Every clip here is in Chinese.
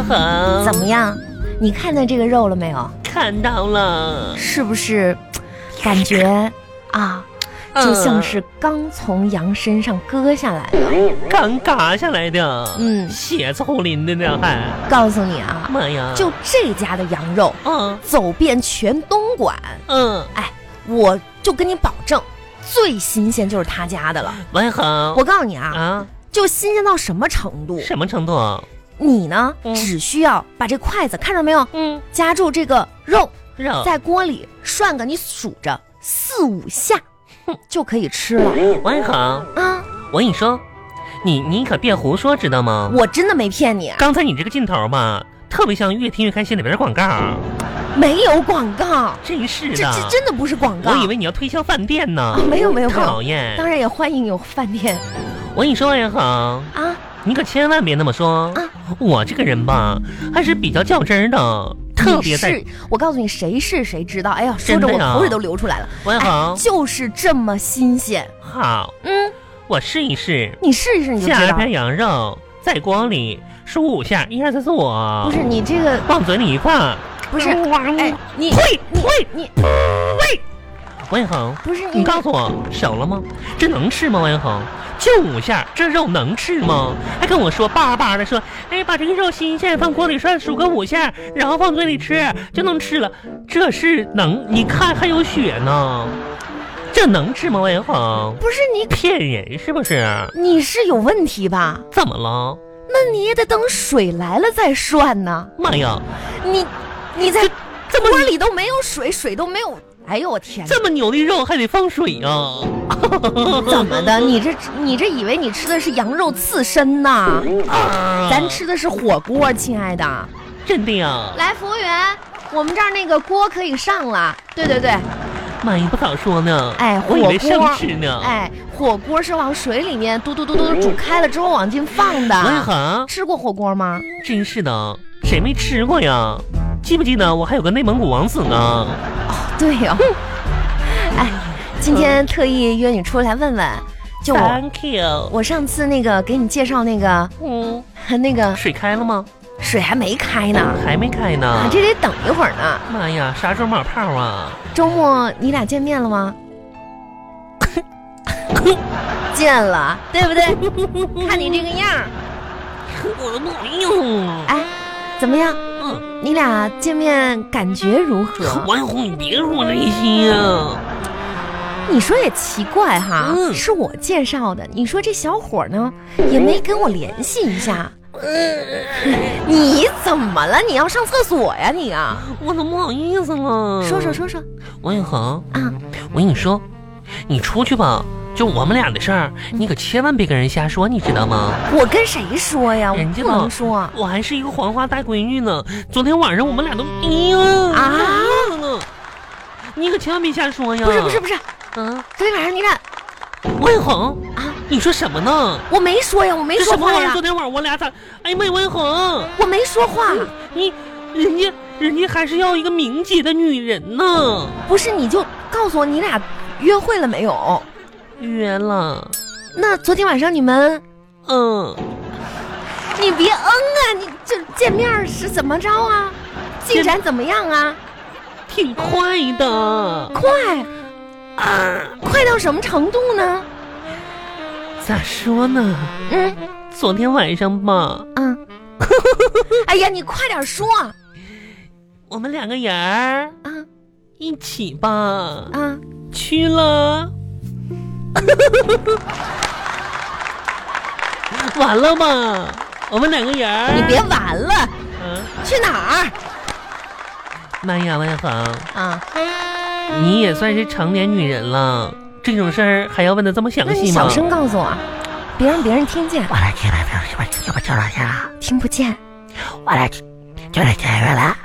恒， 怎么样？你看见这个肉了没有？ 看到了， 是不是感觉啊，就像是刚从羊身上割下来的， 刚嘎下来的，血凑淋的呢，还告诉你啊， 妈呀， 就这家的羊肉，走遍全东莞，哎，我就跟你保证，最新鲜就是他家的了。 文恒， 我告诉你啊，就新鲜到什么程度？ 什么程度？ 你呢，只需要把这筷子看着没有？夹住这个肉，在锅里涮个你数着4、5下，就可以吃了。 文恒啊，我跟你说，你可别胡说，知道吗？ 我真的没骗你。 刚才你这个劲头吧，特别像越听越开心里边的广告。 没有广告， 真是的， 这真的不是广告。 我以为你要推销饭店呢。 没有， 讨厌。 当然也欢迎有饭店。 我跟你说，文恒啊，你可千万别那么说啊！我这个人吧，还是比较较真的，特别在。 我告诉你，谁是谁知道。哎呀，说着我口水都流出来了。 文恒， 就是这么新鲜。 好，我试一试。 你试一试，你就知道。 加片羊肉在锅里数5下，1、2、3、4、5。 不是你这个往嘴里一放。 不是，哎，你文恒， 不是你告诉我熟了吗？这能吃吗？文恒，就5下，这肉能吃吗？还跟我说巴巴的说，哎，把这个肉新鲜放锅里涮，数个5下，然后放嘴里吃就能吃了。这是能？你看还有血呢，这能吃吗？文恒，不是你骗人是不是？ 你是有问题吧？ 怎么了？ 那你也得等水来了再涮呢。 妈呀， 你在锅里都没有水，水都没有。哎呦我天！ 这么牛的肉还得放水啊？ 怎么的？你这以为你吃的是羊肉刺身呢？咱吃的是火锅，亲爱的。 真的呀？ 来，服务员，我们这儿那个锅可以上了。对。 妈呀，不早说呢！ 哎， 我以为生吃呢。 哎，火锅是往水里面嘟嘟煮开了之后往进放的。 文恒， 吃过火锅吗？ 真是的，谁没吃过呀？记不记得我还有个内蒙古王子呢？ 哦，对哦。哎，今天特意约你出来问问，就 Thank you。 我上次那个给你介绍那个，那个水开了吗？ 水还没开呢， 还没开呢， 这得等一会儿呢。 妈呀，啥时候冒泡啊？ 周末你俩见面了吗？见了，对不对？看你这个样儿， 我的妈呀！ 哎，怎么样？你俩见面感觉如何？ 文宏，你别说这些啊！ 你说也奇怪哈，是我介绍的，你说这小伙呢也没跟我联系一下。你怎么了？你要上厕所呀你啊？ 我都不好意思了。 说， 王永恒啊，我跟你说，你出去吧，就我们俩的事儿，你可千万别跟人瞎说，你知道吗？ 我跟谁说呀？ 人家不能说， 我还是一个黄花大闺女呢。昨天晚上我们俩都你可千万别瞎说呀！ 不是，昨天晚上你俩。 王永恒啊，你说什么呢？ 我没说呀，我没说话呀。 昨天晚上我俩咋？哎呀妈呀，王永恒， 我没说话。 人家还是要一个明洁的女人呢。 不是，你就告诉我你俩约会了没有？ 约了。 那昨天晚上你们？你别啊！你这见面是怎么着啊？进展怎么样啊？ 挺快的。 快到什么程度呢？ 咋说呢？昨天晚上吧。 哎呀，你快点说。 我们2个人儿一起吧。去了。完了吧？我们2个人儿。 你别完了。去哪儿？ 妈呀，文恒你也算是成年女人了，这种事儿还要问的这么详细吗？ 你小声告诉我，别让别人听见。 我来听了，我听了见了， 听不见。 我来就来电影院了。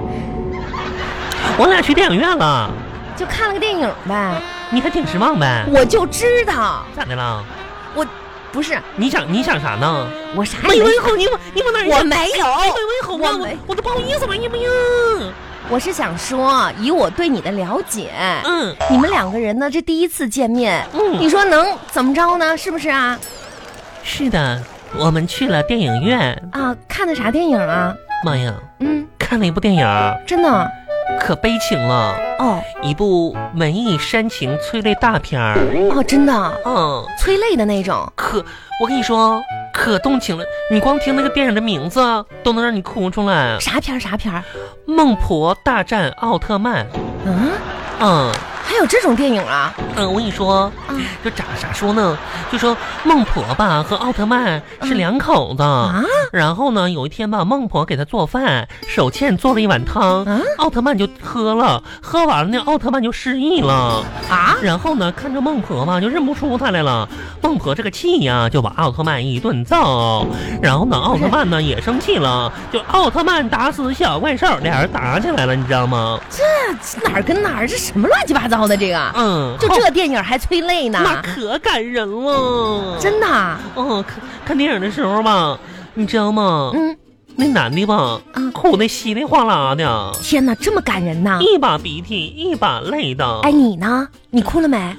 我俩去电影院了， 就看了个电影呗。 你还挺失望呗？ 我就知道。 咋的了？ 我不是。 你想啥呢？ 我啥也没有。你往哪儿？ 我没有。 我都不好意思，哎呀妈呀！ 我是想说，以我对你的了解，你们2个人呢，这第一次见面，你说能怎么着呢？是不是啊？ 是的，我们去了电影院啊，看的啥电影啊？ 妈呀， 嗯， 看了一部电影， 真的可悲情了， 哦一部文艺煽情催泪大片儿。 哦，真的催泪的那种。 我跟你说，可动情了。你光听那个电影的名字都能让你哭出来。 啥片儿？啥片儿？ 孟婆大战奥特曼。 还有这种电影啊？ 我跟你说，就咋说呢？就说孟婆吧和奥特曼是两口子然后呢，有一天吧，孟婆给他做饭，手欠做了一碗汤，奥特曼就喝了，喝完了那奥特曼就失忆了然后呢，看着孟婆吧，就认不出他来了。孟婆这个气呀，就把奥特曼一顿揍。然后呢，奥特曼呢也生气了，就奥特曼打死小怪兽，俩人打起来了，你知道吗？ 这哪儿跟哪儿？这什么乱七八糟的这个？就这电影还催泪呢？ 那可感人了， 真的。 看电影的时候吧，你知道吗？那男的吧，哭得稀里哗啦的。 天哪，这么感人呐！ 一把鼻涕一把泪的。 哎，你呢？你哭了没？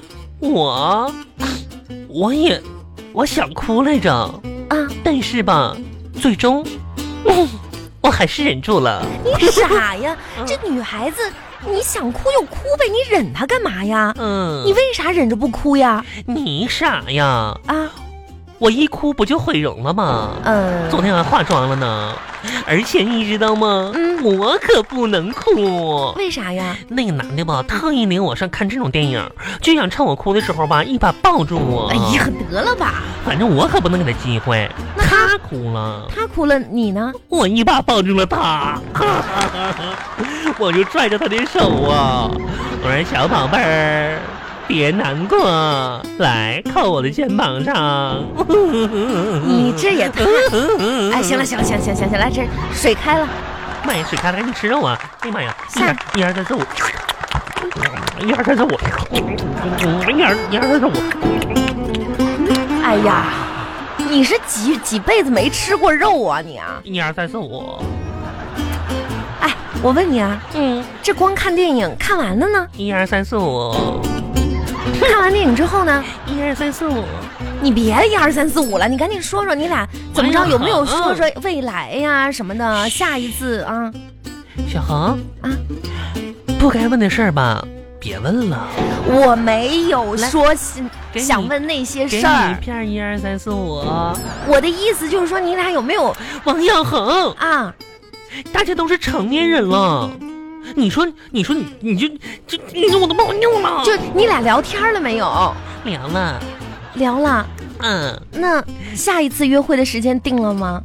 我想哭来着但是吧，最终我还是忍住了。 你傻呀？这女孩子，你想哭就哭呗，你忍她干嘛呀？你为啥忍着不哭呀？ 你傻呀？我一哭不就毁容了吗？昨天还化妆了呢，而且你知道吗？我可不能哭。 为啥呀？ 那个男的吧，特意领我上看这种电影，就想趁我哭的时候吧，一把抱住我。 哎呀，得了吧！ 反正我可不能给他机会。他哭了， 他哭了，你呢？ 我一把抱住了他，我就拽着他的手我说小宝贝儿。别难过，来靠我的肩膀上。 你这也太……哎，行了，来，这水开了。 妈呀，水开了，赶紧吃肉啊！哎呀妈呀，一二三四五，一二三四五，一二三四五。 哎呀，你是几辈子没吃过肉啊你啊？ 一二三四五。 哎，我问你啊，这光看电影看完了呢？ 一二三四五。 看完电影之后呢？ 一二三四五， 你别1、2、3、4、5了，你赶紧说说你俩怎么着，有没有说说未来呀什么的？下一次啊， 小恒不该问的事儿吧，别问了。 我没有说想问那些事儿。 给你一片1、2、3、4、5。 我的意思就是说，你俩有没有王小恒啊？ 大家都是成年人了。你说你我都冒尿了。 就你俩聊天了没有？ 聊了。 那下一次约会的时间定了吗？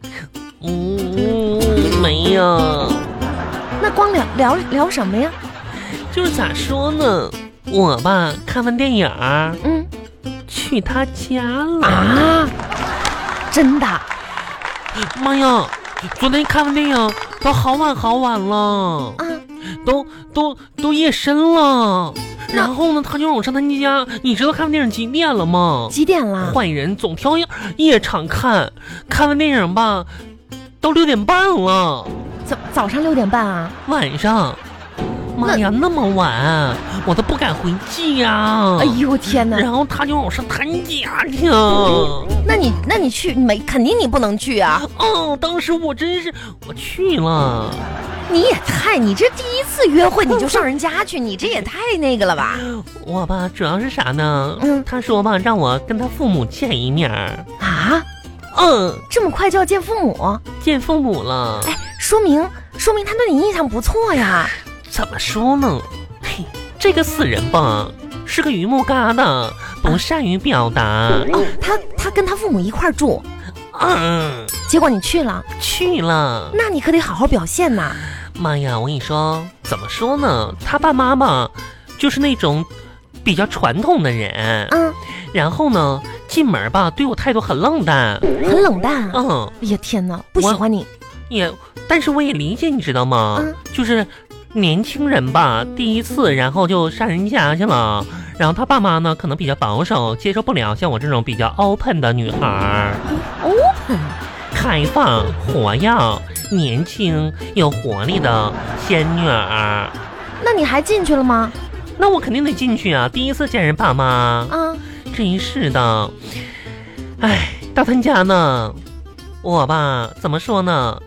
没有。 那光聊什么呀？ 就是咋说呢，我吧看完电影去他家了啊！真的？ 妈呀！昨天看完电影都好晚了都夜深了。然后呢，他就让我上他家。你知道看完电影几点了吗？ 几点了？ 坏人总挑夜场看，看完电影吧，都6点半了。 早上6点半啊？ 晚上。妈呀，那么晚，我都不敢回家。 哎呦天哪！ 然后他就让我上他家去。 那你去肯定你不能去啊。 当时我去了。 你这第一次约会你就上人家去，你这也太那个了吧？ 我吧主要是啥呢？他说吧让我跟他父母见一面啊。这么快就要见父母？ 见父母了。 哎，说明他对你印象不错呀。 怎么说呢？嘿，这个死人吧是个榆木疙瘩，不善于表达。 他跟他父母一块住。结果你去了。那你可得好好表现呐。 妈呀，我跟你说，怎么说呢？他爸妈吧就是那种比较传统的人。然后呢进门吧对我态度很冷淡。 很冷淡啊？哎呀天哪，不喜欢你。 但是我也理解，你知道吗？就是年轻人吧第一次然后就上人家去了，然后他爸妈呢可能比较保守，接受不了像我这种比较 open 的女孩。 open 开放活跃年轻有活力的仙女儿。 那你还进去了吗？ 那我肯定得进去啊，第一次见人爸妈。真是的。哎，到他家呢，我吧怎么说呢，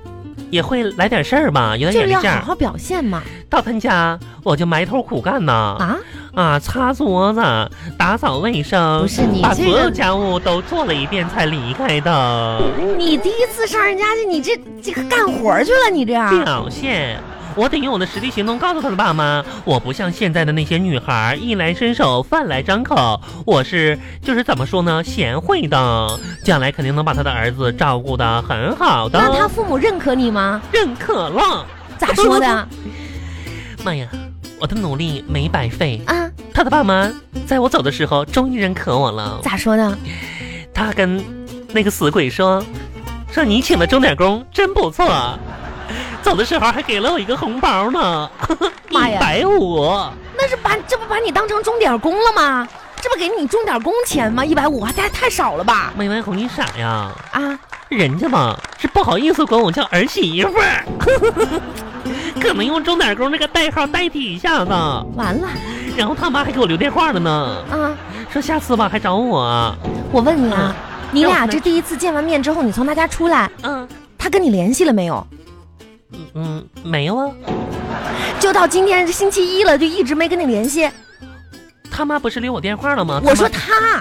也会来点事儿吧，有就是点眼力劲儿。 要好好表现嘛。 到他家我就埋头苦干呐，擦桌子、打扫卫生， 不是你把所有这个家务都做了一遍才离开的。 你第一次上人家去，你这个干活去了，你这样表现。我得用我的实际行动告诉他的爸妈，我不像现在的那些女孩，衣来伸手，饭来张口。我就是怎么说呢，贤惠的，将来肯定能把他的儿子照顾得很好的。 那他父母认可你吗？ 认可了。 咋说的？ 妈呀，我的努力没白费啊！ 他的爸妈在我走的时候终于认可我了。 咋说的？ 他跟那个死鬼说你请的钟点工真不错，走的时候还给了我一个红包呢妈呀 ，150。 那这不把你当成钟点工了吗？这不给你钟点工钱吗？150还太少了吧？ 梅文红，你傻呀？ 啊， 人家嘛是不好意思管我叫儿媳妇儿，可能用钟点工那个代号代替一下子。 完了。 然后他妈还给我留电话了呢，说下次吧还找我。 我问你啊，你俩这第一次见完面之后，你从他家出来，他跟你联系了没有？ 没有啊。 就到今天星期一了，就一直没跟你联系。 他妈不是留我电话了吗？ 我说他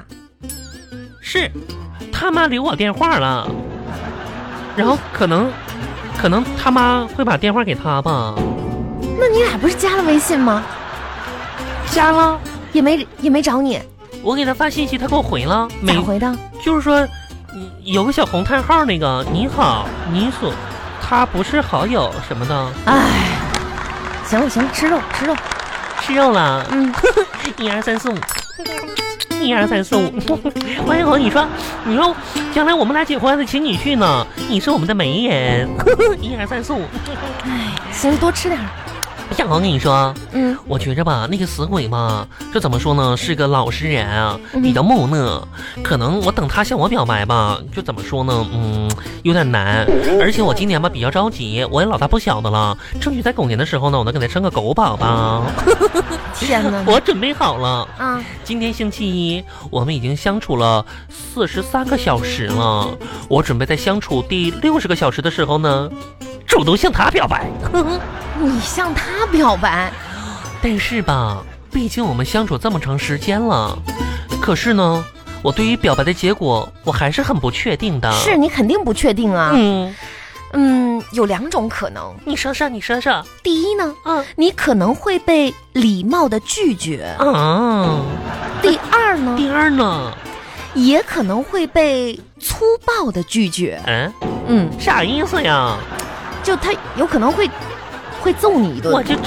妈留我电话了，然后可能他妈会把电话给他吧。 那你俩不是加了微信吗？ 加了， 也没找你。 我给他发信息，他给我回了。 咋回的？ 就是说有个小红叹号，那个你好，你所他不是好友什么的。 哎，行了，吃肉了。1、2、3、4、5，1、2、3、4、5。王彦宏，你说将来我们俩结婚还得请你去呢，你是我们的媒人。1、2、3、4、5。 哎，行，多吃点。 向豪跟你说，我觉着吧，那个死鬼嘛，这怎么说呢，是个老实人啊，比较木讷，可能我等他向我表白吧，就怎么说呢，有点难。而且我今年吧比较着急，我也老大不小的了，争取在狗年的时候呢，我能给他生个狗宝宝。 天哪， 我准备好了啊！ 今天星期一，我们已经相处了43个小时了，我准备在相处第60个小时的时候呢，主动向他表白。 你向他表白？ 但是吧，毕竟我们相处这么长时间了，可是呢，我对于表白的结果我还是很不确定的。 是你肯定不确定啊。有2种可能。 你说说。 第一呢，你可能会被礼貌的拒绝。第二呢，也可能会被粗暴的拒绝。 啥意思呀？ 就他有可能会揍你一顿。 我这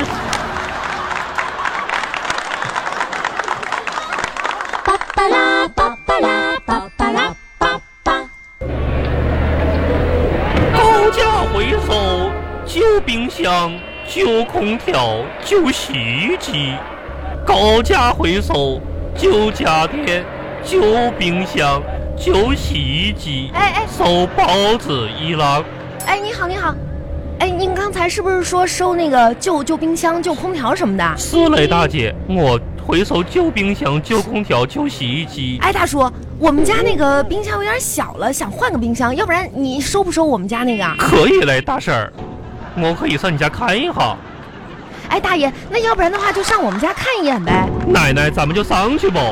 巴巴拉巴巴拉巴巴拉巴巴。 高价回收，旧冰箱、旧空调、旧洗衣机。高价回收，旧家电、旧冰箱、旧洗衣机。收包子1篮。 你好。您刚才是不是说收那个旧冰箱、旧空调什么的？ 是嘞，大姐，我回收旧冰箱、旧空调、旧洗衣机。 大叔，我们家那个冰箱有点小了，想换个冰箱，要不然你收不收我们家那个？ 可以嘞，大婶儿，我可以上你家看一下。 大爷，那要不然的话就上我们家看一眼呗。 奶奶，咱们就上去吧。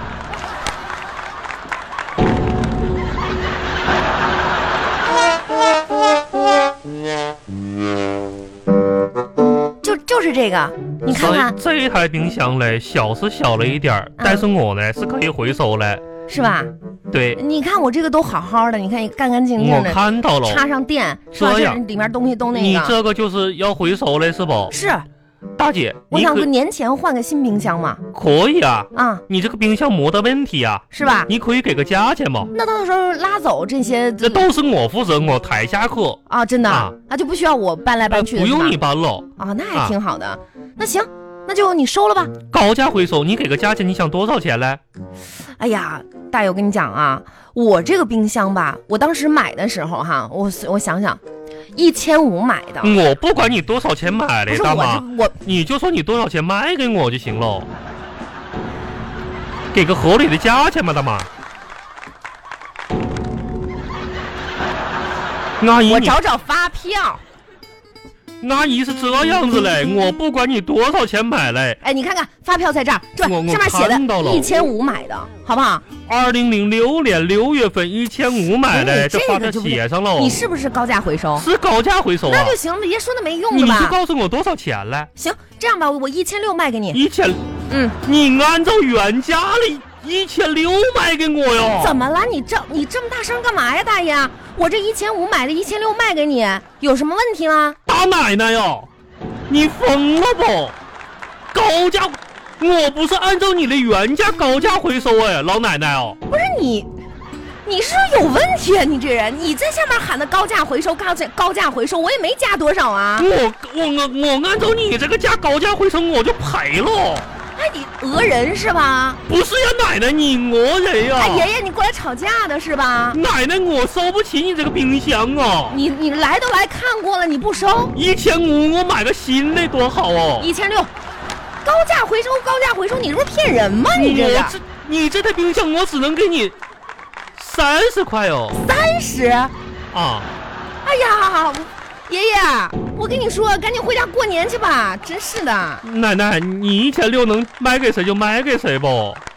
就是这个，你看看这一台冰箱嘞，小是小了一点但是我呢是可以回收嘞， 是吧？ 对， 你看我这个都好好的，你看干干净净的， 我看到了， 插上电，这样里面东西都那个。 你这个就是要回收嘞，是不？ 是。 大姐， 我想年前换个新冰箱嘛。 可以啊， 你这个冰箱没得问题啊， 是吧？ 你可以给个价钱嘛。 那到时候拉走这些， 这都是我负责，我抬下去啊，真的就不需要我搬来搬去的， 不用你搬了啊，那还挺好的。那行，那就你收了吧。 高价回收，你给个价钱，你想多少钱嘞？ 哎呀，大爷，我跟你讲啊，我这个冰箱吧，我当时买的时候哈，我想想。1500买的， 我不管你多少钱买的，大妈，你就说你多少钱卖给我就行了，给个合理的价钱嘛，大妈。阿姨， 我找发票。 阿姨是这样子嘞，我不管你多少钱买嘞。 哎，你看看发票在这儿，这我上面写的看到了 1500买的，好不好 ？2006年6月份1500买的，这发票写上了。 你是不是高价回收？ 是高价回收啊。 那就行了，别说那没用的吧。 你就告诉我多少钱嘞？ 行，这样吧，我1600卖给你。 1000，你按照原价的1600卖给我哟。 怎么了？你这么大声干嘛呀，大爷？我这1500买的1600卖给你，有什么问题吗？ 大奶奶哟，你疯了不？高价，我不是按照你的原价高价回收哎，老奶奶哦。 不是你是有问题啊！你这人，你在下面喊的高价回收，高价回收，我也没加多少啊。 我按照你这个价高价回收，我就赔了。 哎，你讹人是吧？ 不是呀，奶奶，你讹人呀！ 哎，爷爷，你过来吵架的是吧？ 奶奶，我收不起你这个冰箱啊！ 你来都来看过了，你不收 ？1500我买个新的多好哦 ！1600，高价回收，高价回收，你这不是骗人吗？ 你这台冰箱我只能给你30块哦。 30？ 啊！ 哎呀，爷爷，我跟你说，赶紧回家过年去吧！真是的。 奶奶，你1600能卖给谁就卖给谁不？